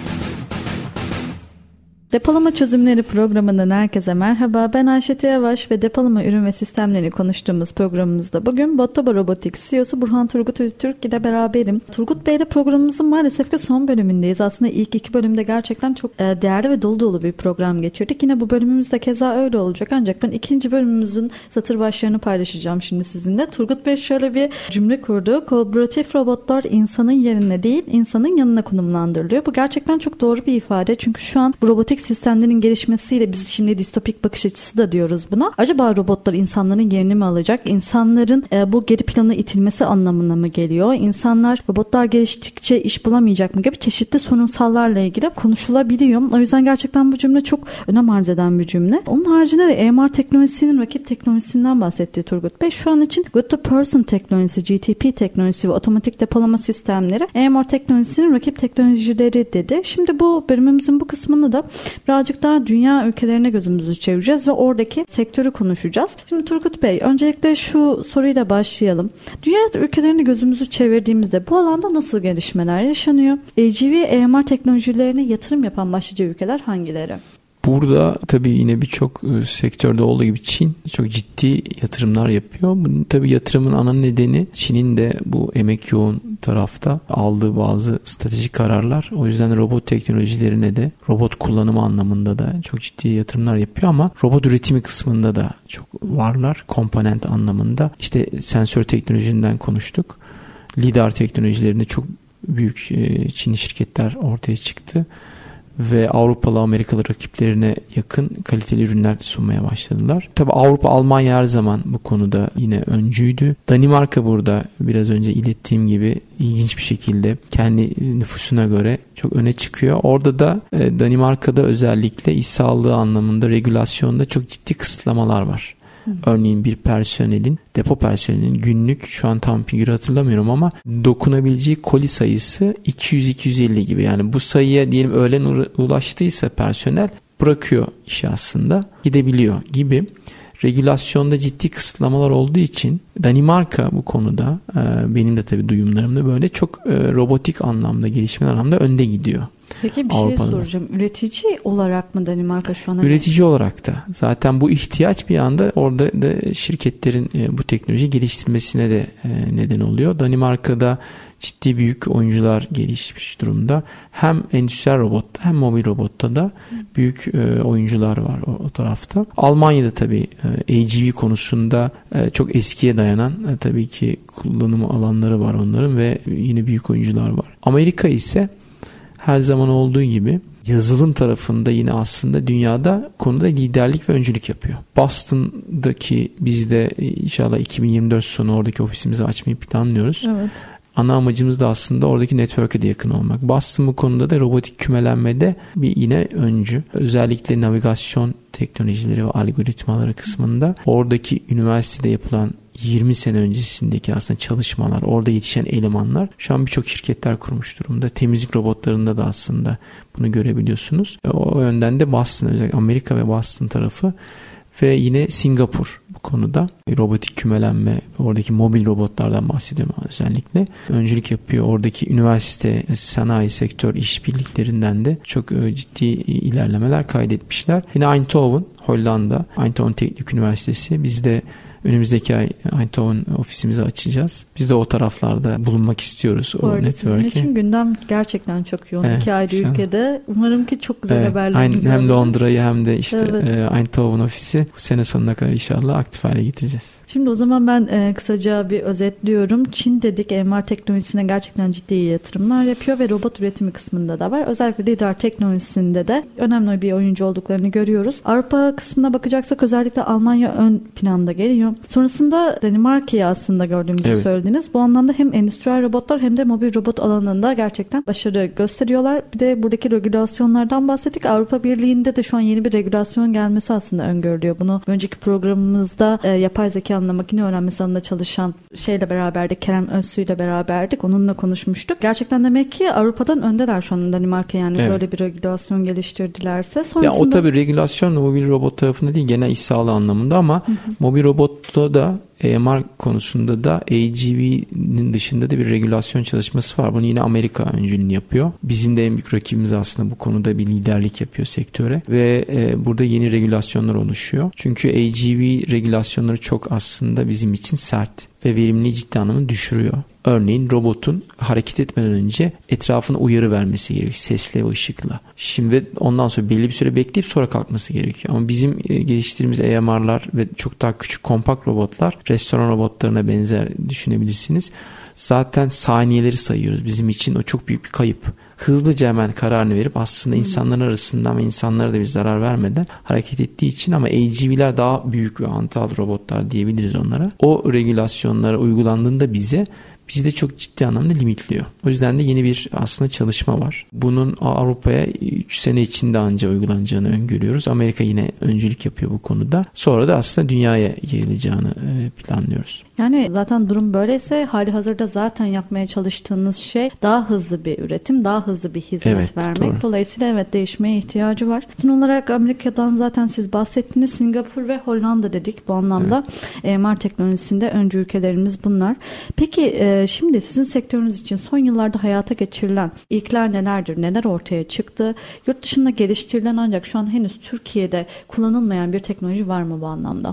Depolama Çözümleri programından herkese merhaba. Ben Ayşe Yavaş ve depolama ürün ve sistemlerini konuştuğumuz programımızda bugün Botoba Robotics CEO'su Burhan Turgut Ulutürk ile beraberim. Turgut Bey ile programımızın maalesef ki son bölümündeyiz. Aslında ilk iki bölümde gerçekten çok değerli ve dolu dolu bir program geçirdik. Yine bu bölümümüzde keza öyle olacak. Ancak ben ikinci bölümümüzün satır başlarını paylaşacağım şimdi sizinle. Turgut Bey şöyle bir cümle kurdu. Kolaboratif robotlar insanın yerine değil, insanın yanına konumlandırılıyor. Bu gerçekten çok doğru bir ifade. Çünkü şu an bu robotik sistemlerin gelişmesiyle biz şimdi distopik bakış açısı da diyoruz buna. Acaba robotlar insanların yerini mi alacak? İnsanların bu geri plana itilmesi anlamına mı geliyor? İnsanlar robotlar geliştikçe iş bulamayacak mı gibi çeşitli sorunsallarla ilgili konuşulabiliyor. O yüzden gerçekten bu cümle çok önem arz eden bir cümle. Onun haricinde de EMR teknolojisinin rakip teknolojisinden bahsetti Turgut Bey. Şu an için Good to Person teknolojisi, GTP teknolojisi ve otomatik depolama sistemleri EMR teknolojisinin rakip teknolojileri dedi. Şimdi bu bölümümüzün bu kısmını da birazcık daha dünya ülkelerine gözümüzü çevireceğiz ve oradaki sektörü konuşacağız. Şimdi Turgut Bey, öncelikle şu soruyla başlayalım. Dünya ülkelerine gözümüzü çevirdiğimizde bu alanda nasıl gelişmeler yaşanıyor? AGV, EMR teknolojilerine yatırım yapan başlıca ülkeler hangileri? Burada tabii yine birçok sektörde olduğu gibi Çin çok ciddi yatırımlar yapıyor. Bunun tabii yatırımın ana nedeni Çin'in de bu emek yoğun tarafta aldığı bazı stratejik kararlar. O yüzden robot teknolojilerine de robot kullanımı anlamında da çok ciddi yatırımlar yapıyor ama robot üretimi kısmında da çok varlar. Komponent anlamında. İşte sensör teknolojisinden konuştuk. LiDAR teknolojilerinde çok büyük Çinli şirketler ortaya çıktı. Ve Avrupalı, Amerikalı rakiplerine yakın kaliteli ürünler sunmaya başladılar. Tabii Avrupa, Almanya her zaman bu konuda yine öncüydü. Danimarka burada biraz önce ilettiğim gibi ilginç bir şekilde kendi nüfusuna göre çok öne çıkıyor. Orada da Danimarka'da özellikle iş sağlığı anlamında regülasyonda çok ciddi kısıtlamalar var. Örneğin bir personelin, depo personelinin günlük, şu an tam figürü hatırlamıyorum ama dokunabileceği koli sayısı 200-250 gibi. Yani bu sayıya diyelim öğlen ulaştıysa personel bırakıyor işi aslında, gidebiliyor gibi. Regülasyonda ciddi kısıtlamalar olduğu için Danimarka bu konuda benim de tabii duyumlarımda böyle çok robotik anlamda, gelişmeler anlamda önde gidiyor. Peki bir şey soracağım. Üretici olarak mı Danimarka şu an? Üretici olarak da. Zaten bu ihtiyaç bir anda orada da şirketlerin bu teknolojiyi geliştirmesine de neden oluyor. Danimarka'da ciddi büyük oyuncular gelişmiş durumda. Hem endüstriyel robotta hem mobil robotta da büyük oyuncular var o tarafta. Almanya'da tabii AGV konusunda çok eskiye dayanan tabii ki kullanım alanları var onların ve yine büyük oyuncular var. Amerika ise her zaman olduğu gibi yazılım tarafında yine aslında dünyada konuda liderlik ve öncülük yapıyor. Boston'daki biz de inşallah 2024 sonu oradaki ofisimizi açmayı planlıyoruz. Evet. Ana amacımız da aslında oradaki network'e de yakın olmak. Boston bu konuda da robotik kümelenmede bir yine öncü. Özellikle navigasyon teknolojileri ve algoritmaları kısmında oradaki üniversitede yapılan 20 sene öncesindeki aslında çalışmalar, orada yetişen elemanlar şu an birçok şirketler kurmuş durumda. Temizlik robotlarında da aslında bunu görebiliyorsunuz. O yönden de Boston, özellikle Amerika ve Boston tarafı ve yine Singapur bu konuda robotik kümelenme, oradaki mobil robotlardan bahsediyorum özellikle. Öncülük yapıyor. Oradaki üniversite, sanayi sektör işbirliklerinden de çok ciddi ilerlemeler kaydetmişler. Yine Eindhoven, Hollanda, Eindhoven Teknik Üniversitesi. Biz de önümüzdeki ay Eindhoven ofisimizi açacağız. Biz de o taraflarda bulunmak istiyoruz. Bu arada sizin için gündem gerçekten çok yoğun. Evet, 2 ayda ülkede. Umarım ki çok güzel haberleriniz olur. Hem Londra'yı hem de işte Eindhoven ofisi bu sene sonuna kadar inşallah aktif hale getireceğiz. Şimdi o zaman ben kısaca bir özetliyorum. Çin dedik, MR teknolojisine gerçekten ciddi yatırımlar yapıyor ve robot üretimi kısmında da var. Özellikle LiDAR teknolojisinde de önemli bir oyuncu olduklarını görüyoruz. Avrupa kısmına bakacaksak özellikle Almanya ön planda geliyor. Sonrasında Danimarka'yı aslında gördüğümüzü söylediniz. Bu anlamda hem endüstriyel robotlar hem de mobil robot alanında gerçekten başarı gösteriyorlar. Bir de buradaki regülasyonlardan bahsettik. Avrupa Birliği'nde de şu an yeni bir regülasyon gelmesi aslında öngörülüyor. Bunu önceki programımızda yapay zeka alanında, makine öğrenmesi alanında çalışan şeyle beraberdik. Kerem Özsu ile beraberdik. Onunla konuşmuştuk. Gerçekten demek ki Avrupa'dan öndeler şu an Danimarka, yani böyle bir regülasyon geliştirdilerse. Sonrasında... Ya o tabii regülasyon mobil robot tarafında değil, genel iş sağlığı anlamında ama mobil robotta da AMR konusunda da AGV'nin dışında da bir regülasyon çalışması var. Bunu yine Amerika öncülüğünü yapıyor. Bizim de en büyük rakibimiz aslında bu konuda bir liderlik yapıyor sektöre ve burada yeni regülasyonlar oluşuyor. Çünkü AGV regülasyonları çok aslında bizim için sert ve verimliliği ciddi anlamda düşürüyor. Örneğin robotun hareket etmeden önce etrafına uyarı vermesi gerekiyor. Sesle ve ışıkla. Şimdi ondan sonra belli bir süre bekleyip sonra kalkması gerekiyor. Ama bizim geliştirdiğimiz AMR'lar ve çok daha küçük kompakt robotlar, restoran robotlarına benzer düşünebilirsiniz. Zaten saniyeleri sayıyoruz. Bizim için o çok büyük bir kayıp. Hızlıca hemen kararını verip aslında insanların arasından ve insanlara da bir zarar vermeden hareket ettiği için, ama AGV'ler daha büyük ve hantal robotlar diyebiliriz onlara. O regülasyonlara uygulandığında bizi de çok ciddi anlamda limitliyor. O yüzden de yeni bir aslında çalışma var. Bunun Avrupa'ya 3 sene içinde anca uygulanacağını öngörüyoruz. Amerika yine öncülük yapıyor bu konuda. Sonra da aslında dünyaya yayılacağını planlıyoruz. Yani zaten durum böyleyse hali hazırda zaten yapmaya çalıştığınız şey daha hızlı bir üretim, daha hızlı bir hizmet vermek. Doğru. Dolayısıyla değişmeye ihtiyacı var. Son olarak Amerika'dan zaten siz bahsettiniz. Singapur ve Hollanda dedik bu anlamda. MR teknolojisinde öncü ülkelerimiz bunlar. Peki Şimdi sizin sektörünüz için son yıllarda hayata geçirilen ilkler nelerdir? Neler ortaya çıktı? Yurt dışında geliştirilen ancak şu an henüz Türkiye'de kullanılmayan bir teknoloji var mı bu anlamda?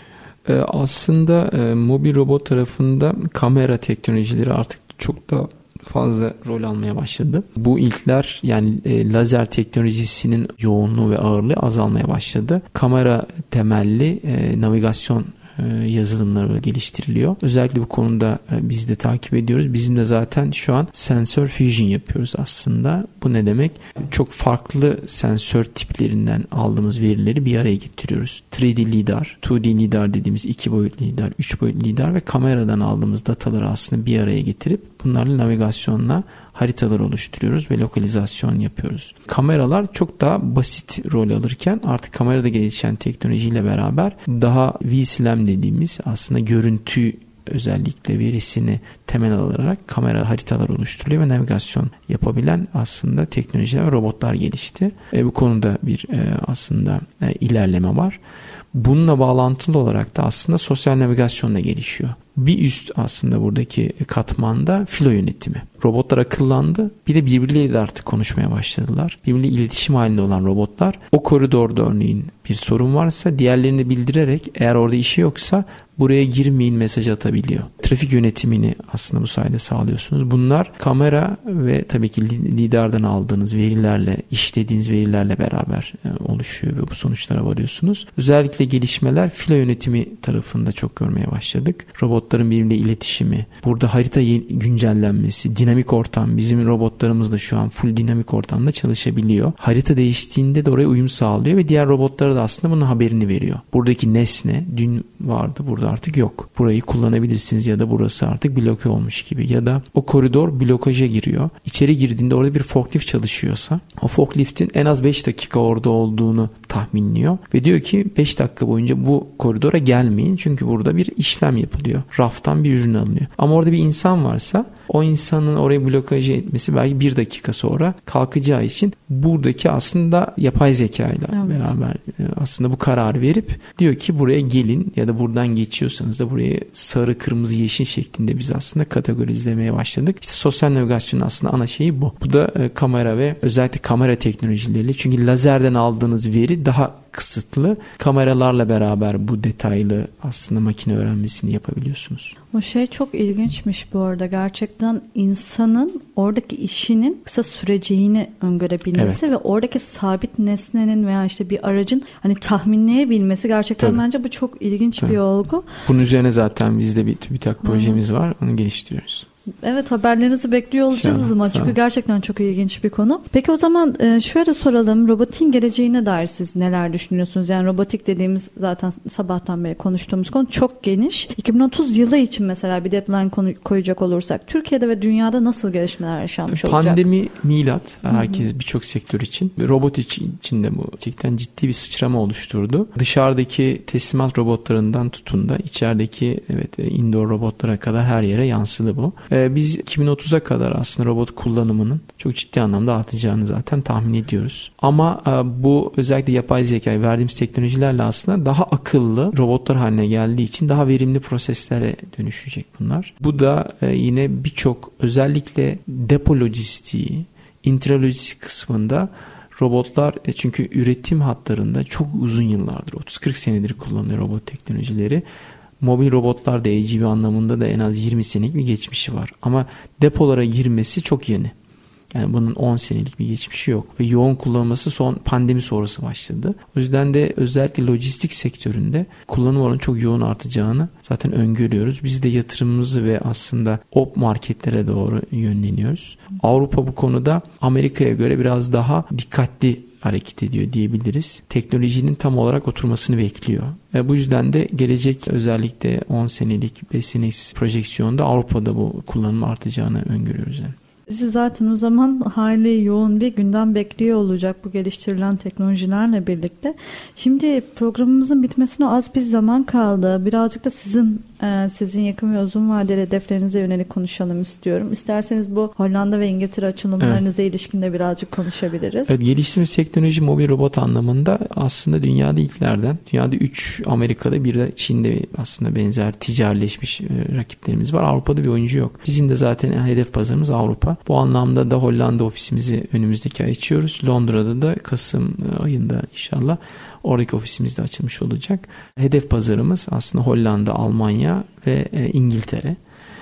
Aslında mobil robot tarafında kamera teknolojileri artık çok da fazla rol almaya başladı. Bu ilkler yani lazer teknolojisinin yoğunluğu ve ağırlığı azalmaya başladı. Kamera temelli navigasyon yazılımları geliştiriliyor. Özellikle bu konuda biz de takip ediyoruz. Bizim de zaten şu an sensör fusion yapıyoruz aslında. Bu ne demek? Çok farklı sensör tiplerinden aldığımız verileri bir araya getiriyoruz. 3D lidar, 2D lidar dediğimiz 2 boyutlu lidar, 3 boyutlu lidar ve kameradan aldığımız dataları aslında bir araya getirip bunlarla navigasyonla haritalar oluşturuyoruz ve lokalizasyon yapıyoruz. Kameralar çok daha basit rol alırken artık kamerada gelişen teknolojiyle beraber daha VSLAM dediğimiz aslında görüntü özellikle verisini temel alarak kamera haritalar oluşturuluyor ve navigasyon yapabilen aslında teknolojiler ve robotlar gelişti. Bu konuda bir aslında ilerleme var. Bununla bağlantılı olarak da aslında sosyal navigasyon da gelişiyor. Bir üst aslında buradaki katmanda filo yönetimi. Robotlar akıllandı. Bir de birbirleriyle artık konuşmaya başladılar. Birbiriyle iletişim halinde olan robotlar o koridorda örneğin bir sorun varsa diğerlerini bildirerek eğer orada işi yoksa buraya girmeyin mesajı atabiliyor. Trafik yönetimini aslında bu sayede sağlıyorsunuz. Bunlar kamera ve tabii ki lidardan aldığınız verilerle, işlediğiniz verilerle beraber oluşuyor ve bu sonuçlara varıyorsunuz. Özellikle gelişmeler filo yönetimi tarafında çok görmeye başladık. Robotların birbiriyle iletişimi, burada harita güncellenmesi, dinamik ortam. Bizim robotlarımız da şu an full dinamik ortamda çalışabiliyor. Harita değiştiğinde de oraya uyum sağlıyor ve diğer robotlara da aslında bunun haberini veriyor. Buradaki nesne dün vardı, burada artık yok. Burayı kullanabilirsiniz ya da burası artık bloke olmuş gibi ya da o koridor blokaja giriyor. İçeri girdiğinde orada bir forklift çalışıyorsa o forkliftin en az 5 dakika orada olduğunu tahminliyor ve diyor ki 5 dakika boyunca bu koridora gelmeyin çünkü burada bir işlem yapılıyor. Raftan bir ürün alınıyor. Ama orada bir insan varsa o insanın orayı blokaje etmesi belki 1 dakika sonra kalkacağı için buradaki aslında yapay zeka ile beraber aslında bu kararı verip diyor ki buraya gelin ya da buradan geçiyorsanız da buraya sarı, kırmızı, yeşil şeklinde biz aslında kategorizlemeye başladık. İşte sosyal navigasyonun aslında ana şeyi bu. Bu da kamera ve özellikle kamera teknolojileriyle çünkü lazerden aldığınız veri daha kısıtlı. Kameralarla beraber bu detaylı aslında makine öğrenmesini yapabiliyorsunuz. O şey çok ilginçmiş bu arada. Gerçekten insanın oradaki işinin kısa süreceğini öngörebilmesi ve oradaki sabit nesnenin veya işte bir aracın hani tahminleyebilmesi gerçekten bence bu çok ilginç bir olgu. Bunun üzerine zaten bizde bir TÜBİTAK projemiz var. Onu geliştiriyoruz. Evet, haberlerinizi bekliyor olacağız o zaman. Çünkü gerçekten çok ilginç bir konu. Peki o zaman şöyle soralım. Robotiğin geleceğine dair siz neler düşünüyorsunuz? Yani robotik dediğimiz zaten sabahtan beri konuştuğumuz konu çok geniş. 2030 yılı için mesela bir deadline koyacak olursak Türkiye'de ve dünyada nasıl gelişmeler yaşanmış olacak? Pandemi milat herkes birçok sektör için. Robot için de bu gerçekten ciddi bir sıçrama oluşturdu. Dışarıdaki teslimat robotlarından tutun da içerideki indoor robotlara kadar her yere yansıdı bu. Biz 2030'a kadar aslında robot kullanımının çok ciddi anlamda artacağını zaten tahmin ediyoruz. Ama bu özellikle yapay zekayı verdiğimiz teknolojilerle aslında daha akıllı robotlar haline geldiği için daha verimli proseslere dönüşecek bunlar. Bu da yine birçok özellikle depo lojistiği, intralojistik kısmında robotlar çünkü üretim hatlarında çok uzun yıllardır 30-40 senedir kullanılıyor robot teknolojileri. Mobil robotlar da AGV anlamında da en az 20 senelik bir geçmişi var. Ama depolara girmesi çok yeni. Yani bunun 10 senelik bir geçmişi yok. Ve yoğun kullanılması son pandemi sonrası başladı. O yüzden de özellikle lojistik sektöründe kullanım oranı çok yoğun artacağını zaten öngörüyoruz. Biz de yatırımımızı ve aslında o marketlere doğru yönleniyoruz. Avrupa bu konuda Amerika'ya göre biraz daha dikkatli hareket ediyor diyebiliriz. Teknolojinin tam olarak oturmasını bekliyor. Bu yüzden de gelecek özellikle 10 senelik 5 senelik projeksiyonda Avrupa'da bu kullanım artacağını öngörüyoruz. Yani. Siz zaten o zaman hali yoğun bir gündem bekliyor olacak bu geliştirilen teknolojilerle birlikte. Şimdi programımızın bitmesine az bir zaman kaldı. Birazcık da sizin sizin yakın ve uzun vadeli hedeflerinize yönelik konuşalım istiyorum. İsterseniz bu Hollanda ve İngiltere açılımlarınıza ilişkin de birazcık konuşabiliriz. Evet, geliştiğimiz teknoloji mobil robot anlamında aslında dünyada ilklerden. Dünyada 3, Amerika'da bir de Çin'de aslında benzer ticarileşmiş rakiplerimiz var. Avrupa'da bir oyuncu yok. Bizim de zaten hedef pazarımız Avrupa. Bu anlamda da Hollanda ofisimizi önümüzdeki ay açıyoruz. Londra'da da Kasım ayında inşallah oradaki ofisimiz de açılmış olacak. Hedef pazarımız aslında Hollanda, Almanya ve İngiltere.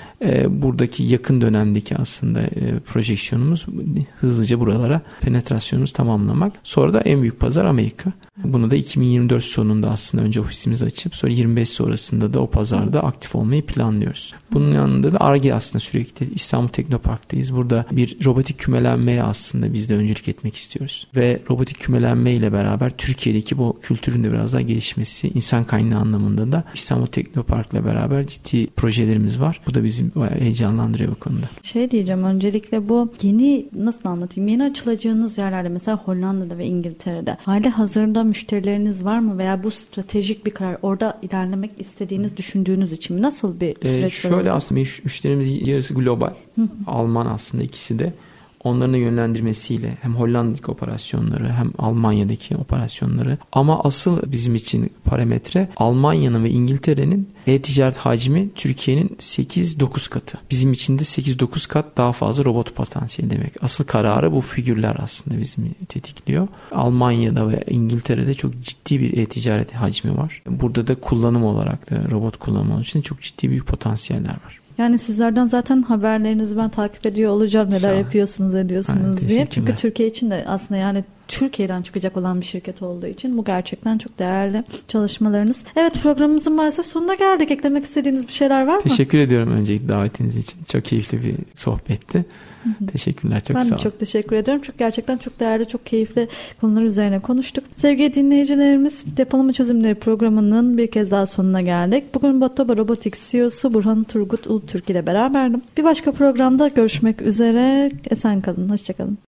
Buradaki yakın dönemdeki aslında projeksiyonumuz hızlıca buralara penetrasyonumuzu tamamlamak. Sonra da en büyük pazar Amerika. Bunu da 2024 sonunda aslında önce ofisimizi açıp sonra 25 sonrasında da o pazarda aktif olmayı planlıyoruz. Bunun yanında da Ar-Ge aslında sürekli İstanbul Teknopark'tayız. Burada bir robotik kümelenmeye aslında biz de öncülük etmek istiyoruz. Ve robotik kümelenme ile beraber Türkiye'deki bu kültürün de biraz daha gelişmesi, insan kaynağı anlamında da İstanbul Teknopark'la beraber ciddi projelerimiz var. Bu da bizim bayağı heyecanlandırıyor bu konuda. Diyeceğim, öncelikle bu yeni, nasıl anlatayım, yeni açılacağınız yerlerde mesela Hollanda'da ve İngiltere'de hali hazırda müşterileriniz var mı veya bu stratejik bir karar, orada ilerlemek istediğiniz, düşündüğünüz için mi? Nasıl bir süreç? Şöyle aslında müşterimiz yarısı global. Alman aslında ikisi de. Onların yönlendirmesiyle hem Hollanda'daki operasyonları hem Almanya'daki operasyonları, ama asıl bizim için parametre Almanya'nın ve İngiltere'nin e-ticaret hacmi Türkiye'nin 8-9 katı. Bizim için de 8-9 kat daha fazla robot potansiyeli demek. Asıl kararı bu figürler aslında bizim tetikliyor. Almanya'da ve İngiltere'de çok ciddi bir e-ticaret hacmi var. Burada da kullanım olarak da robot kullanımı için çok ciddi büyük potansiyeller var. Yani sizlerden zaten haberlerinizi ben takip ediyor olacağım, neler ediyorsunuz diye. Çünkü Türkiye için de aslında yani Türkiye'den çıkacak olan bir şirket olduğu için bu gerçekten çok değerli çalışmalarınız. Evet, programımızın maalesef sonuna geldik. Eklemek istediğiniz bir şeyler var mı? Teşekkür ediyorum öncelikle davetiniz için. Çok keyifli bir sohbetti. Teşekkürler, çok sağ olun. Ben de çok teşekkür ediyorum. Gerçekten çok değerli, çok keyifli konular üzerine konuştuk. Sevgili dinleyicilerimiz, Depolama Çözümleri programının bir kez daha sonuna geldik. Bugün Botoba Robotics CEO'su Burhan Turgut Ulutürk ile beraberdim. Bir başka programda görüşmek üzere. Esen kalın, hoşça kalın.